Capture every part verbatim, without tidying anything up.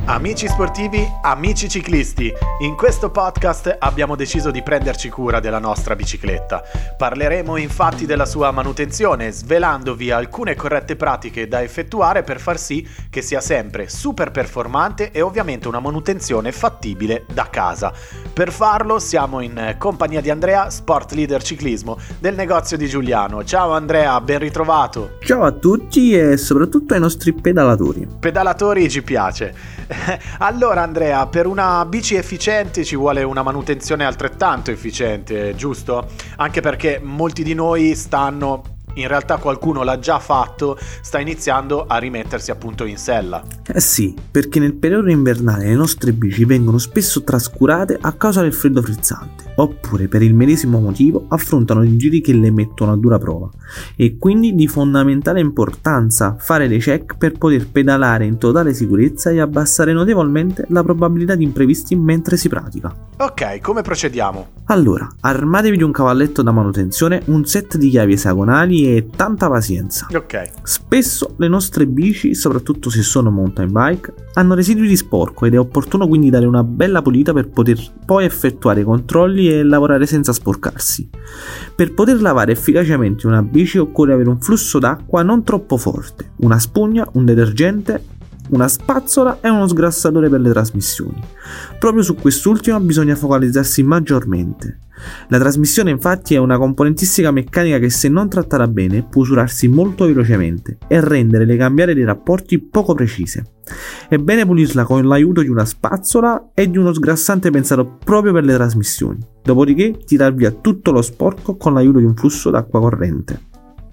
Amici sportivi, amici ciclisti, in questo podcast abbiamo deciso di prenderci cura della nostra bicicletta. Parleremo infatti della sua manutenzione, svelandovi alcune corrette pratiche da effettuare per far sì che sia sempre super performante e ovviamente una manutenzione fattibile da casa. Per farlo siamo in compagnia di Andrea, sport leader ciclismo del negozio di Giuliano. Ciao Andrea, ben ritrovato. Ciao a tutti e soprattutto ai nostri pedalatori. Pedalatori ci piace. Allora Andrea, per una bici efficiente ci vuole una manutenzione altrettanto efficiente, giusto? Anche perché molti di noi stanno, in realtà qualcuno l'ha già fatto, sta iniziando a rimettersi appunto in sella. Eh sì, perché nel periodo invernale le nostre bici vengono spesso trascurate a causa del freddo frizzante, oppure per il medesimo motivo affrontano i giri che le mettono a dura prova. E quindi di fondamentale importanza fare dei check per poter pedalare in totale sicurezza e abbassare notevolmente la probabilità di imprevisti mentre si pratica. Ok, come procediamo? Allora, armatevi di un cavalletto da manutenzione, un set di chiavi esagonali e tanta pazienza. Ok. Spesso le nostre bici, soprattutto se sono mountain bike, hanno residui di sporco ed è opportuno quindi dare una bella pulita per poter poi effettuare i controlli e lavorare senza sporcarsi. Per poter lavare efficacemente una bici occorre avere un flusso d'acqua non troppo forte, una spugna, un detergente, una spazzola e uno sgrassatore per le trasmissioni. Proprio su quest'ultimo bisogna focalizzarsi maggiormente. La trasmissione infatti è una componentistica meccanica che, se non trattata bene, può usurarsi molto velocemente e rendere le cambiate dei rapporti poco precise. È bene pulirla con l'aiuto di una spazzola e di uno sgrassante pensato proprio per le trasmissioni. Dopodiché tirar via tutto lo sporco con l'aiuto di un flusso d'acqua corrente.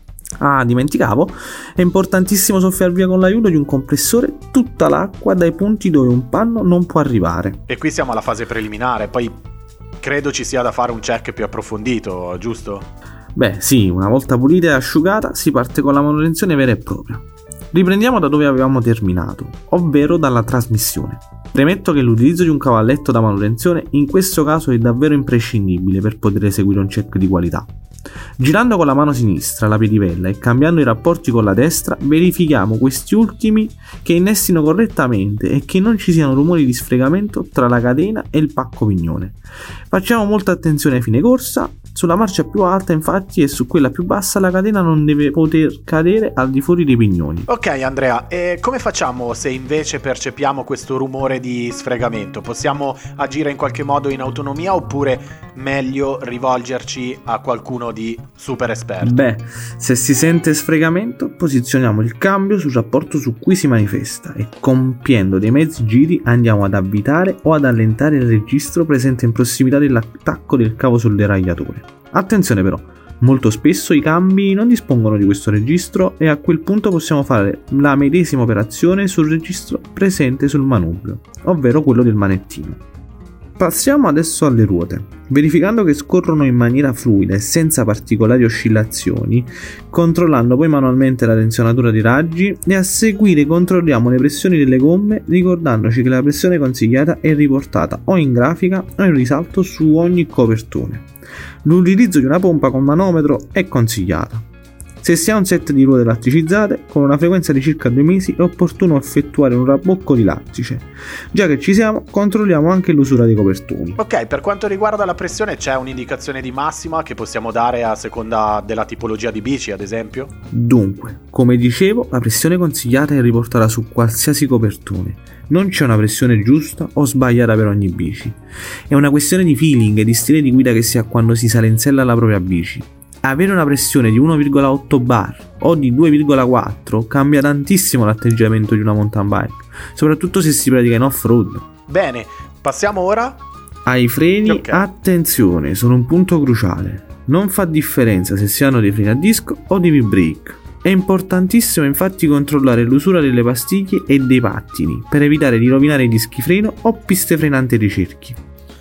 Ah, dimenticavo, è importantissimo soffiar via con l'aiuto di un compressore tutta l'acqua dai punti dove un panno non può arrivare. E qui siamo alla fase preliminare, poi credo ci sia da fare un check più approfondito, giusto? Beh sì, una volta pulita e asciugata si parte con la manutenzione vera e propria. Riprendiamo da dove avevamo terminato, ovvero dalla trasmissione. Premetto che l'utilizzo di un cavalletto da manutenzione in questo caso è davvero imprescindibile per poter eseguire un check di qualità. Girando con la mano sinistra la pedivella e cambiando i rapporti con la destra, verifichiamo questi ultimi che innestino correttamente e che non ci siano rumori di sfregamento tra la catena e il pacco pignone. Facciamo molta attenzione a fine corsa. Sulla marcia più alta infatti e su quella più bassa la catena non deve poter cadere al di fuori dei pignoni. Ok Andrea, e come facciamo se invece percepiamo questo rumore di sfregamento? Possiamo agire in qualche modo in autonomia oppure meglio rivolgerci a qualcuno di super esperto? Beh, se si sente sfregamento posizioniamo il cambio sul rapporto su cui si manifesta e compiendo dei mezzi giri andiamo ad avvitare o ad allentare il registro presente in prossimità dell'attacco del cavo sul deragliatore. Attenzione però, molto spesso i cambi non dispongono di questo registro e a quel punto possiamo fare la medesima operazione sul registro presente sul manubrio, ovvero quello del manettino. Passiamo adesso alle ruote. Verificando che scorrono in maniera fluida e senza particolari oscillazioni, controllando poi manualmente la tensionatura dei raggi e a seguire controlliamo le pressioni delle gomme, ricordandoci che la pressione consigliata è riportata o in grafica o in risalto su ogni copertone. L'utilizzo di una pompa con manometro è consigliata. Se si ha un set di ruote latticizzate, con una frequenza di circa due mesi è opportuno effettuare un rabbocco di lattice. Già che ci siamo, controlliamo anche l'usura dei copertoni. Ok, per quanto riguarda la pressione c'è un'indicazione di massima che possiamo dare a seconda della tipologia di bici, ad esempio? Dunque, come dicevo, la pressione consigliata è riportata su qualsiasi copertone. Non c'è una pressione giusta o sbagliata per ogni bici. È una questione di feeling e di stile di guida che si ha quando si sale in sella alla propria bici. Avere una pressione di uno virgola otto bar o di due virgola quattro cambia tantissimo l'atteggiamento di una mountain bike, soprattutto se si pratica in off-road. Bene, passiamo ora ai freni. Okay. Attenzione, sono un punto cruciale. Non fa differenza se si hanno dei freni a disco o di V-brake. È importantissimo infatti controllare l'usura delle pastiglie e dei pattini per evitare di rovinare i dischi freno o piste frenanti di cerchi.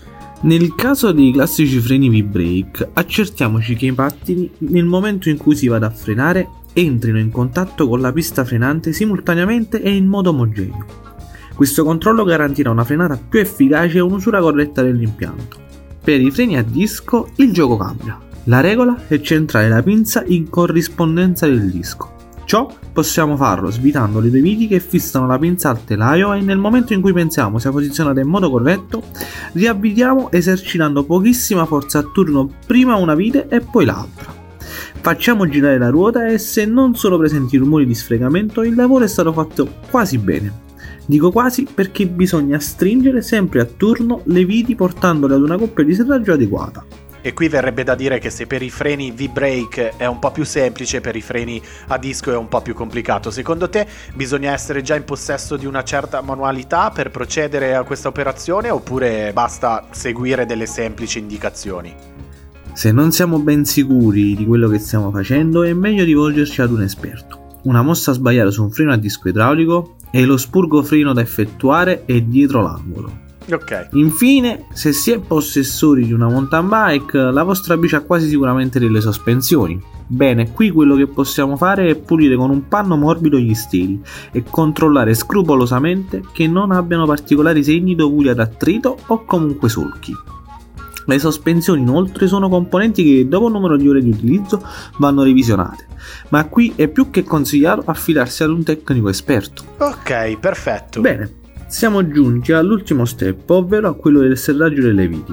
Nel caso dei classici freni V-brake, accertiamoci che i pattini, nel momento in cui si vada a frenare, entrino in contatto con la pista frenante simultaneamente e in modo omogeneo. Questo controllo garantirà una frenata più efficace e un'usura corretta dell'impianto. Per i freni a disco il gioco cambia. La regola è centrare la pinza in corrispondenza del disco. Ciò possiamo farlo svitando le due viti che fissano la pinza al telaio e nel momento in cui pensiamo sia posizionata in modo corretto, riavvitiamo esercitando pochissima forza a turno prima una vite e poi l'altra. Facciamo girare la ruota e se non sono presenti rumori di sfregamento il lavoro è stato fatto quasi bene. Dico quasi perché bisogna stringere sempre a turno le viti portandole ad una coppia di serraggio adeguata. E qui verrebbe da dire che se per i freni V-brake è un po' più semplice, per i freni a disco è un po' più complicato. Secondo te bisogna essere già in possesso di una certa manualità per procedere a questa operazione oppure basta seguire delle semplici indicazioni? Se non siamo ben sicuri di quello che stiamo facendo è meglio rivolgerci ad un esperto. Una mossa sbagliata su un freno a disco idraulico e lo spurgo freno da effettuare è dietro l'angolo. Ok. Infine, se si è possessori di una mountain bike, la vostra bici ha quasi sicuramente delle sospensioni. Bene, qui quello che possiamo fare è pulire con un panno morbido gli steli e controllare scrupolosamente che non abbiano particolari segni dovuti ad attrito o comunque solchi. Le sospensioni inoltre sono componenti che dopo un numero di ore di utilizzo vanno revisionate, ma qui è più che consigliato affidarsi ad un tecnico esperto. Ok, perfetto. Bene, siamo giunti all'ultimo step, ovvero a quello del serraggio delle viti.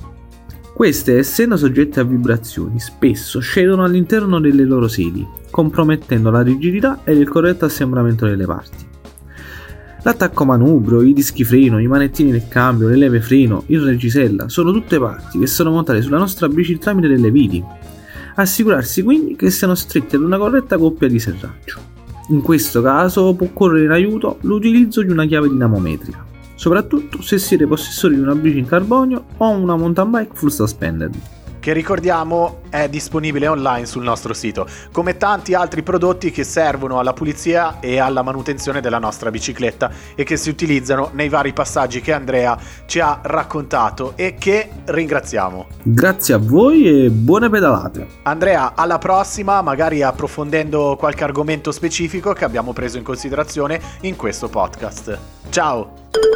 Queste, essendo soggette a vibrazioni, spesso scedono all'interno delle loro sedi, compromettendo la rigidità ed il corretto assemblamento delle parti. L'attacco manubrio, i dischi freno, i manettini del cambio, le leve freno, il reggisella sono tutte parti che sono montate sulla nostra bici tramite delle viti. Assicurarsi quindi che siano stretti ad una corretta coppia di serraggio. In questo caso può correre in aiuto l'utilizzo di una chiave dinamometrica, soprattutto se siete possessori di una bici in carbonio o una mountain bike full suspended, che ricordiamo è disponibile online sul nostro sito, come tanti altri prodotti che servono alla pulizia e alla manutenzione della nostra bicicletta e che si utilizzano nei vari passaggi che Andrea ci ha raccontato e che ringraziamo. Grazie a voi e buone pedalate. Andrea, alla prossima, magari approfondendo qualche argomento specifico che abbiamo preso in considerazione in questo podcast. Ciao!